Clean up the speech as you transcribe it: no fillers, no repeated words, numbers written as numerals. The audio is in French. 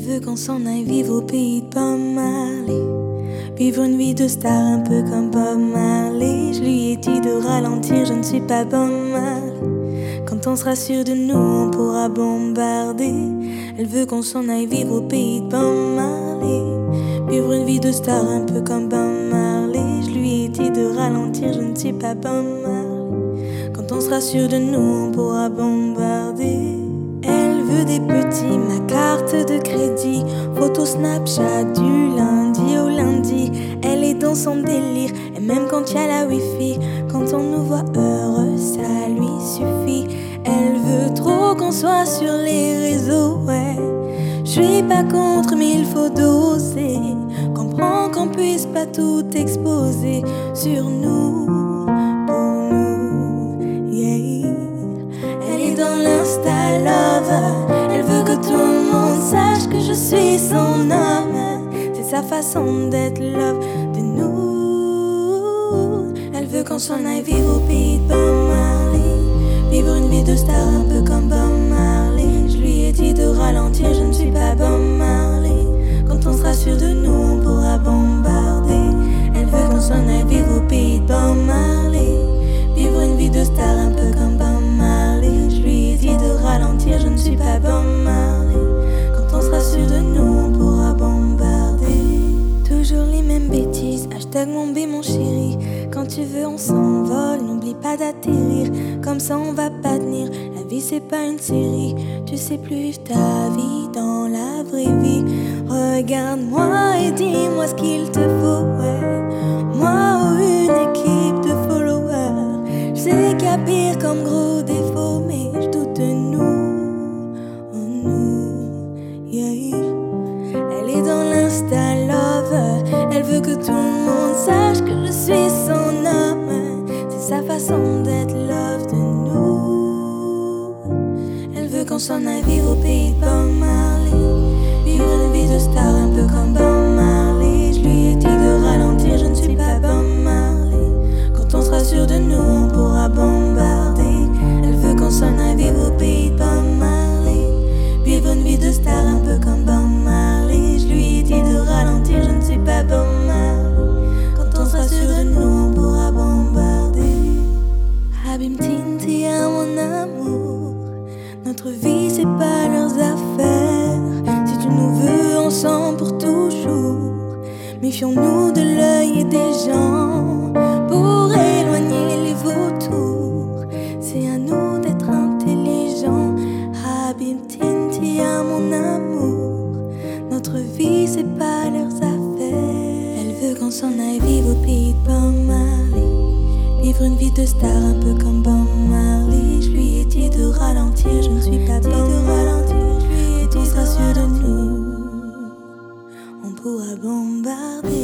veut qu'on s'en aille vivre au pays de Bob Marley. Vivre une vie de star un peu comme Bob Marley. Je lui ai dit de ralentir, je ne suis pas Bob Marley. Quand on sera sûr de nous, on pourra bombarder. Elle veut qu'on s'en aille vivre au pays de Bob Marley. Vivre une vie de star un peu comme Bob Marley. Je lui ai dit de ralentir, je ne suis pas Bob Marley. Quand on sera sûr de nous, on pourra bombarder. Elle veut des petits, ma carte de crédit. Photo Snapchat du lundi au lundi. Elle est dans son délire, et même quand y a la wifi. Quand on nous voit heureux, ça lui suffit. Elle veut trop qu'on soit sur les réseaux, ouais. Je suis pas contre, mais il faut doser. Comprends qu'on puisse pas tout exposer sur nous, pour nous, yeah. Elle est dans l'Insta Love. Elle veut que tout le monde sache que je suis son homme. C'est sa façon d'être love de nous. Elle veut qu'on s'en aille vivre au pays de Bob Marley. Vivre une vie de star un peu comme Bob Marley. Je lui ai dit de ralentir, je ne suis pas Bob Marley. Quand on sera sûr de nous, on pourra bombarder. Elle veut qu'on s'en aille vivre au pays de Bob Marley. Vivre une vie de star un peu comme Bob Marley. Je lui ai dit de ralentir, je ne suis pas Bob Marley. Quand on sera sûr de nous, on pourra bombarder. Toujours les mêmes bêtises, hashtag mon bé mon chéri. Quand tu veux on s'envole, n'oublie pas d'atterrir. Comme ça on va pas tenir, la vie c'est pas une série. Tu sais plus vivre ta vie dans la vraie vie. Regarde-moi et dis-moi ce qu'il te faut, ouais. Moi ou une équipe de followers. Je sais qu'il y a pire comme gros défaut, mais je doute de nous, oh nous, yeah. Elle est dans l'Insta Love. Elle veut que tout le monde sache que je suis son homme. C'est sa façon d'être love de nous. Elle veut qu'on s'en aille vivre au pays de Bob Marley. Vivre une vie de star un peu comme Bob Marley. Je lui ai dit de ralentir, je ne suis pas Bob Marley. Quand on sera sûr de nous, on pourra bombarder. Elle veut qu'on s'en aille vivre au pays de Bob Marley. Vivre une vie de star un peu comme Bob Marley. Je lui ai dit de ralentir, je ne suis pas Bob Marley. Quand on sera sûr de nous, on pourra bombarder. Habib Tinti à mon amour. Notre vie c'est pas leurs affaires. Si tu nous veux ensemble pour toujours, méfions-nous de l'œil et des gens pour éloigner les vautours. C'est à nous d'être intelligents. Habib Tinti à mon amour. Notre vie c'est pas leurs affaires. Elle veut qu'on s'en aille vivre au pays de Bob Marley. Vivre une vie de star un peu comme Bob Marley. Je lui ai dit de ralentir, je ne suis pas Bob Marley. Quand on sera sûr de nous, on pourra bombarder.